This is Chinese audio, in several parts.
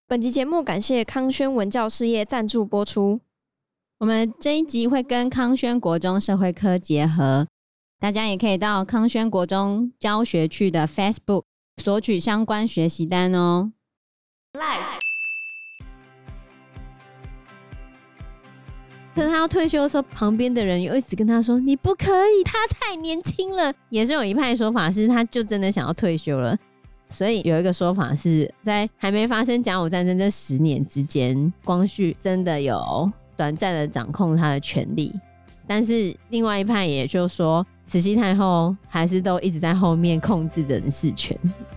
本集节目感谢康轩文教事业赞助播出。 我们这一集会跟康轩国中社会科结合，大家也可以到康轩国中教学区的 Facebook 索取相关学习单哦。可是他要退休的时候，旁边的人又一直跟他说：“你不可以，他太年轻了。”也是有一派说法是，他就真的想要退休了。所以有一个说法是在还没发生甲午战争这10年之间，光绪真的有短暂的掌控他的权力，但是另外一派也就说，慈禧太后还是都一直在后面控制着人事权。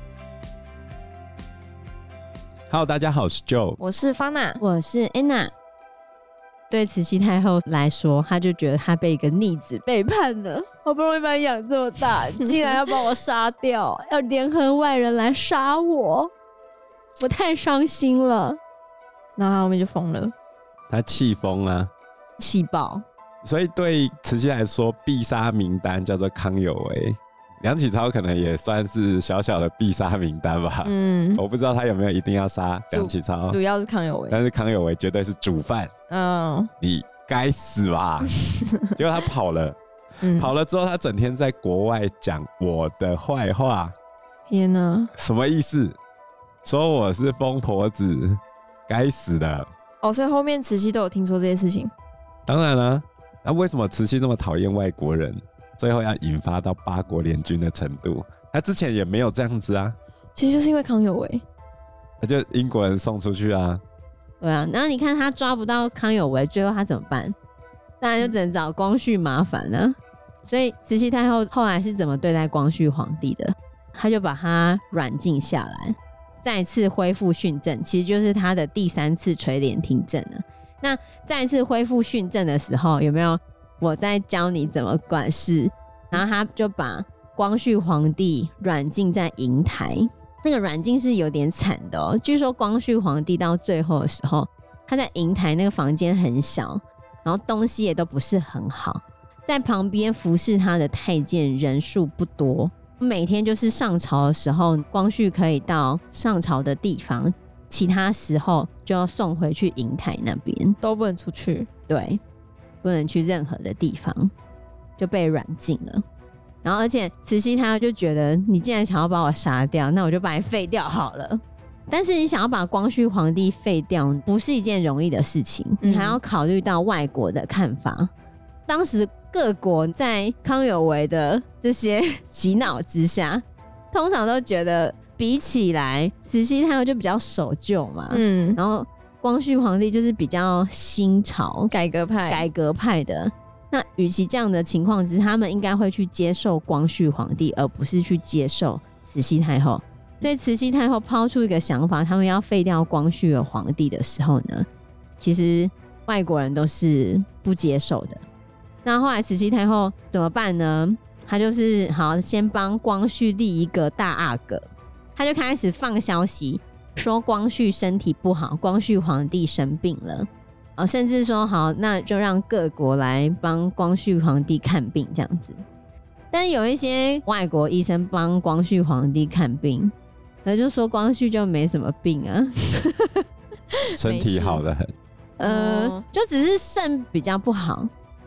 Hello， 大家好，我是 Joe， 我是方娜， 我是 Anna。对慈禧太后来说，她就觉得她被一个逆子背叛了，好不容易把你养这么大，竟然要把我杀掉，要联合外人来杀我，我太伤心了。 然后他后面就疯了， 他气疯啊， 气爆。 所以对慈禧来说，必杀名单叫做康有为。梁启超可能也算是小小的必杀名单吧。我不知道他有没有一定要杀梁启超， 主要是康有为， 但是康有为绝对是主犯。你该死吧！结果他跑了，跑了之后，他整天在国外讲我的坏话。 天哪， 什么意思？说我是疯婆子，该死的。 所以后面慈禧都有听说这些事情。 当然了，那为什么慈禧那么讨厌外国人？最后要引发到8国联军的程度，他之前也没有这样子啊。 其实就是因为康有为， 他就英国人送出去啊。 对啊，然后你看他抓不到康有为，最后他怎么办？当然就只能找光绪麻烦啊。所以慈禧太后后来是怎么对待光绪皇帝的？他就把他软禁下来，再次恢复训政，其实就是他的第3次垂帘听政了。那再次恢复训政的时候，有没有？我在教你怎么管事，然后他就把光绪皇帝软禁在瀛台。那个软禁是有点惨的哦，据说光绪皇帝到最后的时候，他在瀛台那个房间很小，然后东西也都不是很好，在旁边服侍他的太监人数不多，每天就是上朝的时候，光绪可以到上朝的地方，其他时候就要送回去瀛台那边， 都不能出去。 对，不能去任何的地方，就被软禁了。然后而且慈禧她就觉得，你既然想要把我杀掉，那我就把你废掉好了。但是你想要把光绪皇帝废掉，不是一件容易的事情，你还要考虑到外国的看法。当时各国在康有为的这些洗脑之下，通常都觉得比起来，慈禧太后就比较守旧嘛。然后光绪皇帝就是比较新潮改革派的。那与其这样的情况之下，他们应该会去接受光绪皇帝，而不是去接受慈禧太后。所以慈禧太后抛出一个想法，他们要废掉光绪的皇帝的时候呢，其实外国人都是不接受的。那后来慈禧太后怎么办呢？他就是好先帮光绪立一个大阿哥，他就开始放消息说光绪身体不好，光绪皇帝生病了，甚至说好，那就让各国来帮光绪皇帝看病这样子。但是有一些外国医生帮光绪皇帝看病，他就说光绪就没什么病啊， 身体好得很。 就只是肾比较不好，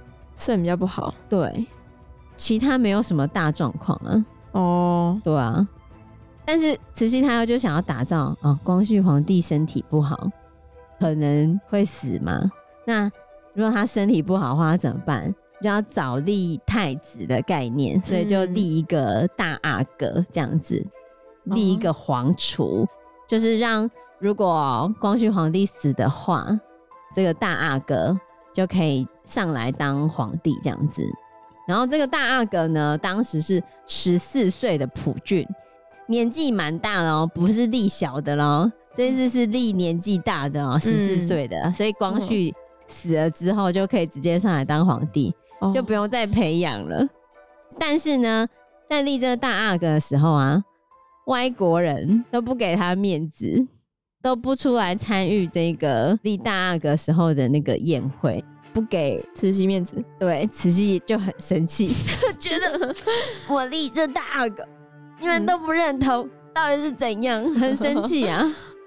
对，其他没有什么大状况啊。对啊。但是慈禧太后就想要打造光绪皇帝身体不好，可能会死嘛？那如果他身体不好的话，他怎么办？就要早立太子的概念，所以就立一个大阿哥这样子，立一个皇储，就是让如果光绪皇帝死的话，这个大阿哥就可以上来当皇帝这样子。然后这个大阿哥呢，当时是14岁的溥俊。年纪蛮大了哦，不是立小的咯，这次是立年纪大的哦，14岁的，所以光绪死了之后就可以直接上来当皇帝，就不用再培养了。但是呢，在立这个大阿哥的时候啊，外国人都不给他面子，都不出来参与这个立大阿哥时候的那个宴会，不给慈禧面子。 对，慈禧就很生气，觉得我立这大阿哥你们都不认同，到底是怎样？很生气啊！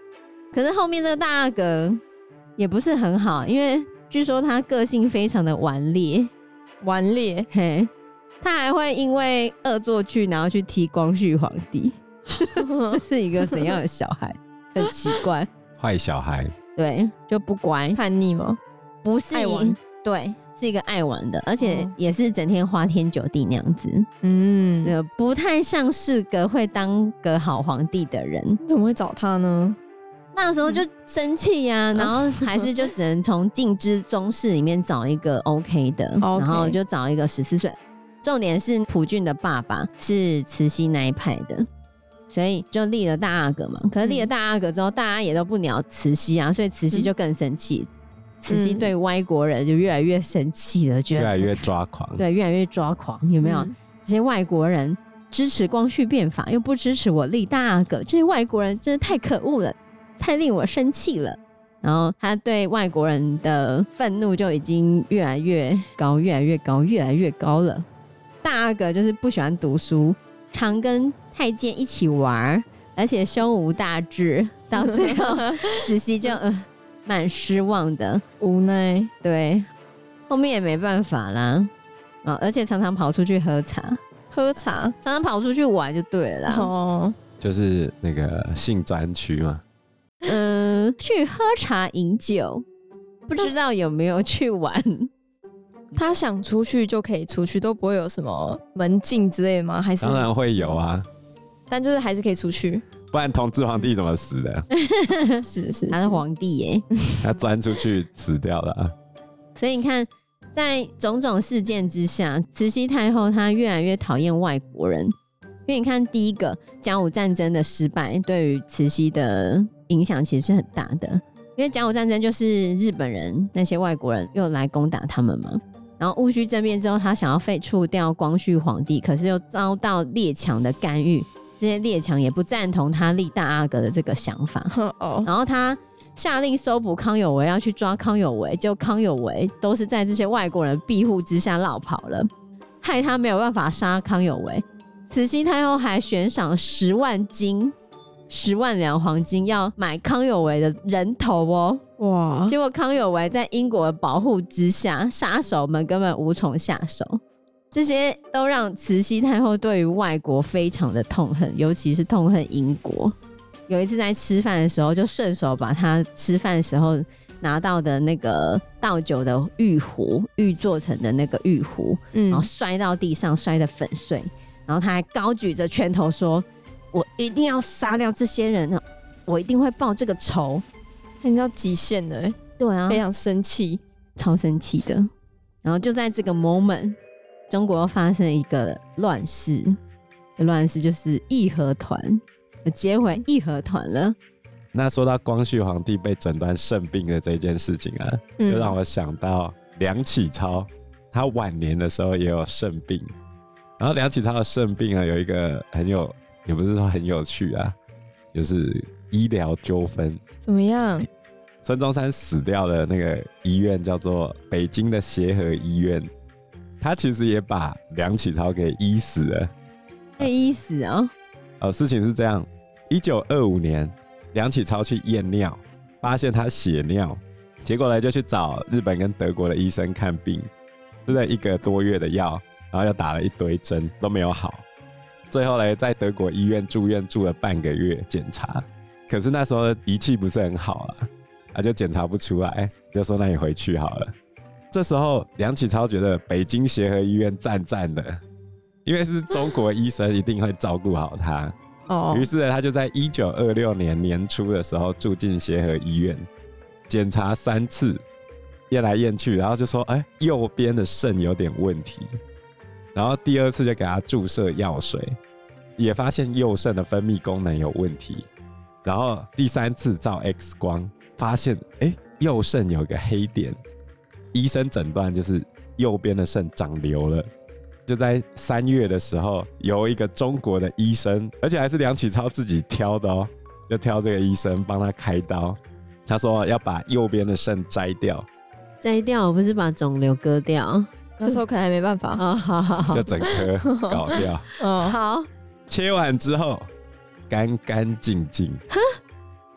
可是后面这个大阿哥也不是很好，因为据说他个性非常的顽劣，嘿，他还会因为恶作剧然后去踢光绪皇帝，这是一个怎样的小孩？很奇怪， 坏小孩， 对，就不乖， 叛逆吗？ 不是爱玩， 对，是一个爱玩的，而且也是整天花天酒地那样子，不太像是个会当个好皇帝的人。 怎么会找他呢？ 那时候就生气呀，然后还是就只能从禁之宗室里面找一个 OK 的，然后就找一个14岁。重点是朴俊的爸爸是慈禧那一派的，所以就立了大阿哥嘛。可是立了大阿哥之后，大家也都不鸟慈禧啊，所以慈禧就更生气。慈禧对歪国人就越来越生气了，觉得越来越抓狂。 对，越来越抓狂，有没有？这些外国人支持光绪变法，又不支持我立大阿哥，这些外国人真的太可恶了，太令我生气了。然后他对外国人的愤怒就已经越来越高，越来越高，越来越高了。大阿哥就是不喜欢读书，常跟太监一起玩，而且胸无大志，到最后慈禧就蛮失望的， 无奈。 对，后面也没办法啦。而且常常跑出去喝茶，常常跑出去玩就对了啦。 就是那个性专区嘛。 去喝茶饮酒，不知道有没有去玩。 他想出去就可以出去，都不会有什么门禁之类的吗？还是当然会有啊， 但就是还是可以出去。 不然同治皇帝怎么死的？ 是他是皇帝耶， 他钻出去死掉了啊。 所以你看，在种种事件之下，慈禧太后她越来越讨厌外国人。因为你看，第一个甲午战争的失败，对于慈禧的影响其实是很大的。因为甲午战争就是日本人那些外国人又来攻打他们嘛。然后戊戌政变之后，他想要废除掉光绪皇帝，可是又遭到列强的干预。这些列强也不赞同他立大阿哥的这个想法，然后他下令搜捕康有为，要去抓康有为，就康有为都是在这些外国人庇护之下落跑了，害他没有办法杀康有为。慈禧太后还悬赏10万金，10万两黄金要买康有为的人头哦。哇！结果康有为在英国的保护之下，杀手们根本无从下手。这些都让慈禧太后对于外国非常的痛恨，尤其是痛恨英国。有一次在吃饭的时候，就顺手把他吃饭的时候拿到的那个倒酒的玉壶，玉做成的那个玉壶，然后摔到地上，摔得粉碎。然后他还高举着拳头说：“我一定要杀掉这些人，我一定会报这个仇。” 你知道极限的， 对啊， 非常生气， 超生气的。然后就在这个 moment。中国又发生一个乱世，乱世就是义和团，接回义和团了。 那说到光绪皇帝被诊断肾病的这件事情啊，就让我想到梁启超，他晚年的时候也有肾病。然后梁启超的肾病啊，有一个也不是说很有趣啊，就是医疗纠纷。 怎么样？ 孙中山死掉的那个医院叫做北京的协和医院。他其实也把梁启超给医死了， 被医死啊！ 事情是这样：1925年，梁启超去验尿，发现他血尿，结果呢就去找日本跟德国的医生看病，吃了1个多月的药，然后又打了一堆针，都没有好。最后呢，在德国医院住院住了半个月检查，可是那时候仪器不是很好啊，就检查不出来，就说那你回去好了。这时候梁启超觉得北京协和医院赞赞的，因为是中国医生，一定会照顾好他。于是呢，他就在1926年年初的时候住进协和医院，检查3次，验来验去，然后就说右边的肾有点问题。然后第2次就给他注射药水，也发现右肾的分泌功能有问题。然后第3次照 X 光，发现右肾有个黑点。医生诊断就是右边的肾长瘤了。就在3月的时候，有一个中国的医生，而且还是梁启超自己挑的就挑这个医生帮他开刀。他说要把右边的肾摘掉， 不是把肿瘤割掉。 那时候可能还没办法， 好， 就整颗搞掉。 好， 切完之后干干净净。 什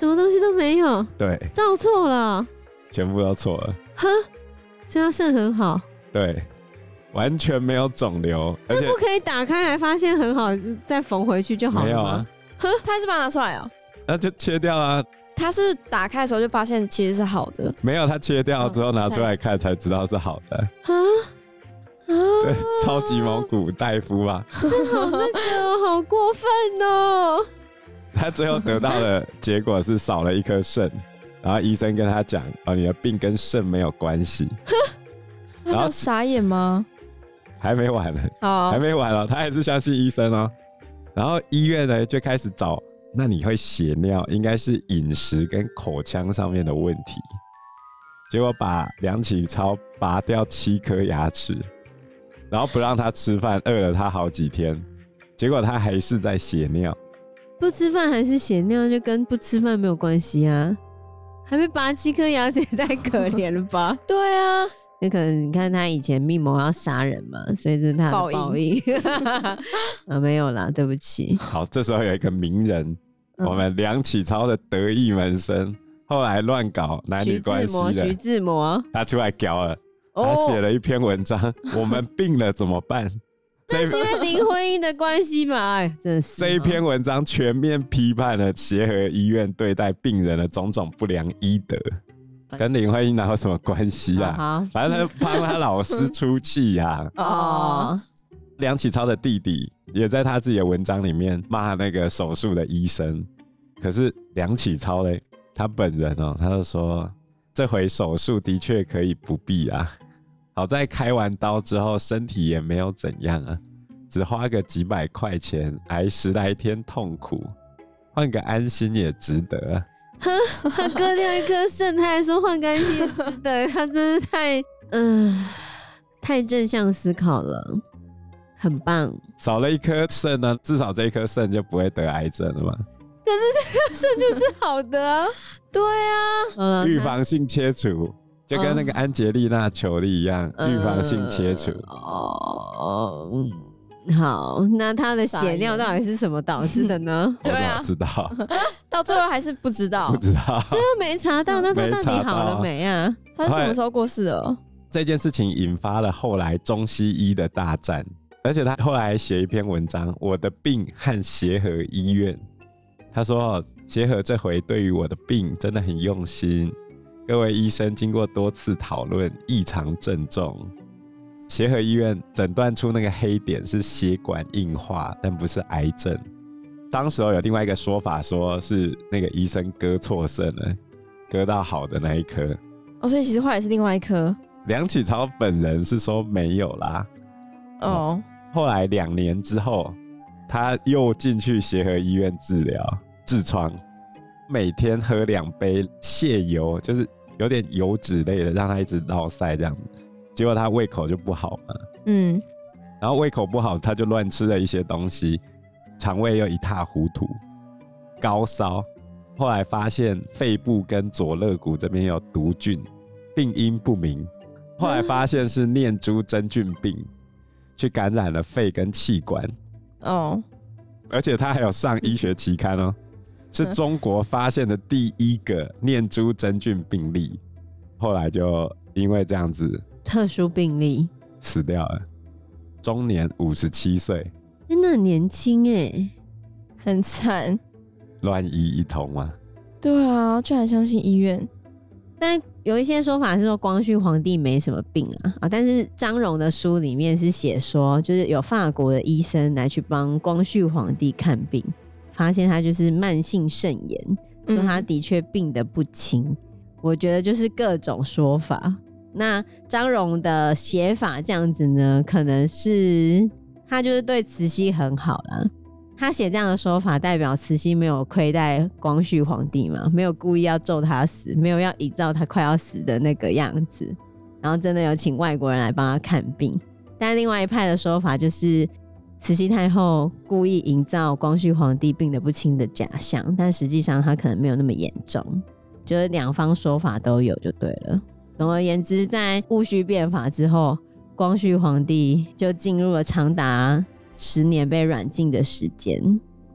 什么东西都没有， 对， 照错了， 全部都错了。 哈，所以他肾很好， 对，完全没有肿瘤，而且那不可以打开来发现很好，再缝回去就好了吗？ 没有啊， 他还是把它拿出来哦。 那就切掉啊。 他是不是打开的时候就发现其实是好的？ 没有，他切掉之后拿出来看才知道是好的。对，超级蒙古大夫啊， 好那个好过分哦！ 他最后得到的结果是少了一颗肾，然后医生跟他讲，你的病跟肾没有关系。 他没有傻眼吗？ 还没完呢， 哦， 还没完哦，他还是相信医生哦。然后医院呢就开始找，那你会血尿，应该是饮食跟口腔上面的问题。结果把梁启超拔掉7颗牙齿，然后不让他吃饭，饿了他好几天，结果他还是在血尿。 不吃饭还是血尿，就跟不吃饭没有关系啊。还没拔7颗牙齿也太可怜了吧？ 对啊， 那可能你看他以前密谋要杀人嘛，所以这是他的报应。没有啦，对不起。 好，这时候有一个名人，我们梁启超的得意门生，后来乱搞男女关系的徐志摩， 他出来搞了，他写了一篇文章，我们病了怎么办？ 这是因为林徽因的关系吧？哎，真的是这一篇文章全面批判了协和医院对待病人的种种不良医德，跟林徽因哪有什么关系啊？反正他帮他老师出气呀。 哦， 梁启超的弟弟也在他自己的文章里面骂那个手术的医生，可是梁启超嘞，他本人他就说这回手术的确可以不必啊。好在开完刀之后身体也没有怎样啊，只花个几百块钱挨10来天痛苦，换个安心也值得。 他割掉1颗肾，他还说换个安心也值得，他真是太正向思考了，很棒。 少了1颗肾呢，至少这1颗肾就不会得癌症了嘛。 可是这颗肾就是好的啊。 对啊， 预防性切除。就跟那个安吉丽娜·裘丽一样，预防性切除。 好，那他的血尿到底是什么导致的呢？ 我怎么知道？ 到最后还是不知道， 不知道， 最后没查到。那他到底好了没啊？ 他是什么时候过世的？ 这件事情引发了后来中西医的大战，而且他后来写一篇文章《我的病和协和医院》，他说协和这回对于我的病真的很用心。各位医生经过多次讨论，异常郑重。协和医院诊断出那个黑点是血管硬化，但不是癌症。当时有另外一个说法，说是那个医生割错肾了，割到好的那一颗。 所以其实后来是另外一颗。 梁启超本人是说没有啦。后来2年之后，他又进去协和医院治疗痔疮。每天喝2杯泻油，就是有点油脂类的，让他一直落腮这样子。结果他胃口就不好嘛，然后胃口不好，他就乱吃了一些东西，肠胃又一塌糊涂，高烧。后来发现肺部跟左肋骨这边有毒菌，病因不明。后来发现是念珠真菌病，去感染了肺跟气管。而且他还有上医学期刊哦。是中国发现的第1个念珠真菌病例，后来就因为这样子特殊病例死掉了，终年57岁。 那很年轻哎， 很惨， 乱医一通嘛。 对啊，居然相信医院。 但有一些说法是说光绪皇帝没什么病啊，但是张荣的书里面是写说，就是有法国的医生来去帮光绪皇帝看病。发现他就是慢性肾炎，说他的确病得不轻。我觉得就是各种说法。那张荣的写法这样子呢，可能是他就是对慈禧很好啦。他写这样的说法，代表慈禧没有亏待光绪皇帝嘛，没有故意要咒他死，没有要营造他快要死的那个样子，然后真的有请外国人来帮他看病。但另外一派的说法就是慈禧太后故意营造光绪皇帝病得不轻的假象，但实际上他可能没有那么严重，就是2方说法都有就对了。总而言之，在戊戌变法之后，光绪皇帝就进入了长达10年被软禁的时间。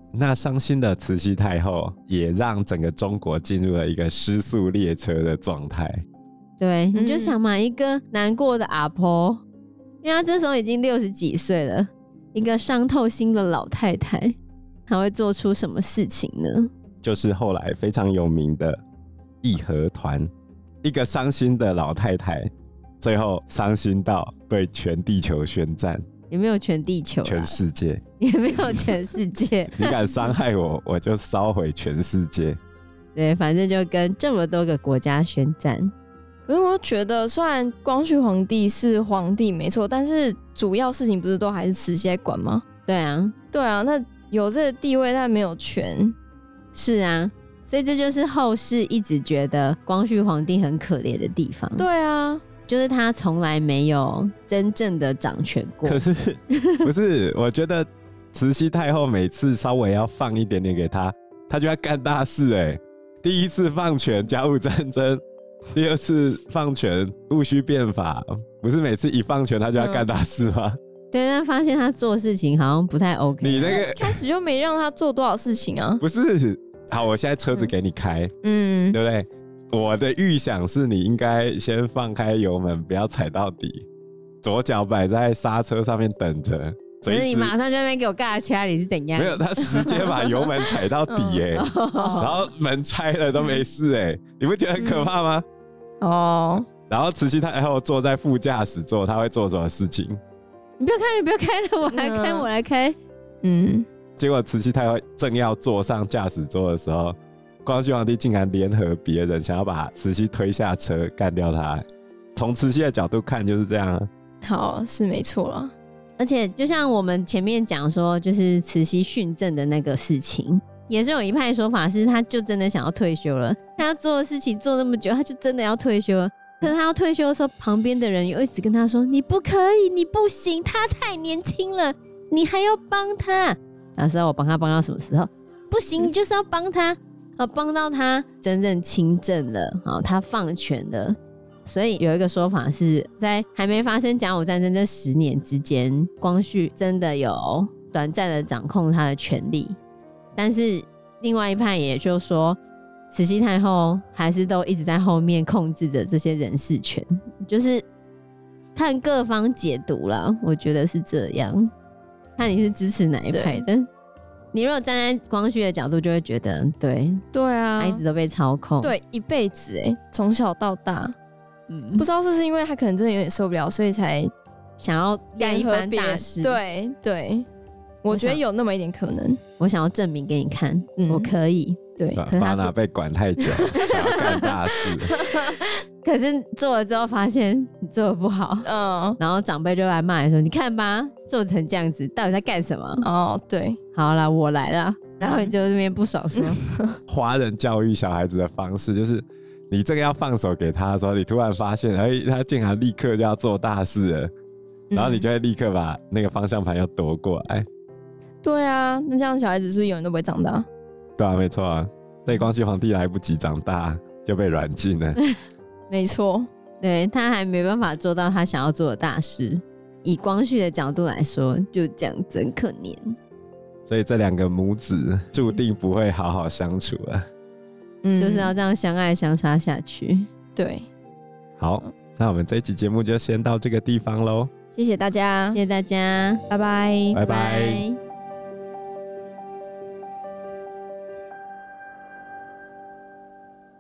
那伤心的慈禧太后也让整个中国进入了一个失速列车的状态。 对，你就想嘛，一个难过的阿婆，因为她这时候已经60几岁了，一个伤透心的老太太，还会做出什么事情呢？ 就是后来非常有名的义和团，一个伤心的老太太，最后伤心到对全地球宣战。 也没有全地球， 全世界也没有全世界。 你敢伤害我，我就烧毁全世界。 对，反正就跟这么多个国家宣战。 可是我觉得，虽然光绪皇帝是皇帝没错，但是主要事情不是都还是慈禧在管吗？ 对啊， 对啊，那有这个地位，但没有权。 是啊，所以这就是后世一直觉得光绪皇帝很可怜的地方。 对啊， 就是他从来没有真正的掌权过。 可是不是，我觉得慈禧太后每次稍微要放一点点给他，他就要干大事哎。第一次放权甲午战争，第二次放权戊戌变法，不是每次一放权他就要干大事吗？ 对，但发现他做事情好像不太 OK。 你那个开始就没让他做多少事情啊？ 不是，好，我现在车子给你开， 对不对？我的预想是你应该先放开油门，不要踩到底，左脚摆在刹车上面等着。 可是你马上就在那边给我尬掐，你是怎样？ 没有，他直接把油门踩到底耶、然后门拆了都没事哎、你不觉得很可怕吗？然后慈禧太后坐在副驾驶座，她会做什么事情？ 你不要开了，不要开了，我来开，我来开。 结果慈禧太后正要坐上驾驶座的时候，光绪皇帝竟然联合别人想要把慈禧推下车干掉她。从慈禧的角度看就是这样啊。 好，是没错啦。 而且就像我们前面讲说，就是慈禧训政的那个事情，也是有一派说法是，他就真的想要退休了，他要做的事情做那么久，他就真的要退休了。可是他要退休的时候，旁边的人又一直跟他说：“你不可以，你不行，他太年轻了，你还要帮他。”那时候我帮他帮到什么时候？不行，你就是要帮他，帮到他真正亲政了，他放权了。所以有一个说法是在还没发生甲午战争这10年之间，光绪真的有短暂的掌控他的权力，但是另外一派也就说，慈禧太后还是都一直在后面控制着这些人事权，就是看各方解读啦，我觉得是这样。看你是支持哪一派的。你如果站在光绪的角度，就会觉得对啊， 他一直都被操控， 对，一辈子从小到大。不知道是不是因为他可能真的有点受不了，所以才想要干一番大事。 对，我觉得有那么一点可能。 我想要证明给你看，我可以。对， 巴拿被管太久，想要干大事。 可是做了之后发现你做的不好，然后长辈就来骂你说：“你看吧，做成这样子，到底在干什么？” 对， 好啦，我来了，然后你就这边不爽说， 华人教育小孩子的方式就是。你正要放手给他的时候，你突然发现，他竟然立刻就要做大事了，然后你就会立刻把那个方向盘又夺过来。 对啊，那这样小孩子是不是永远都不会长大？ 对啊，没错啊。对，光绪皇帝来不及长大就被软禁了。 没错， 对，他还没办法做到他想要做的大事。以光绪的角度来说，就这样子很可怜。 所以这两个母子注定不会好好相处了。 就是要这样相爱相杀下去。 对， 好，那我们这一期节目就先到这个地方咯。 谢谢大家， 谢谢大家， 拜拜， 拜拜。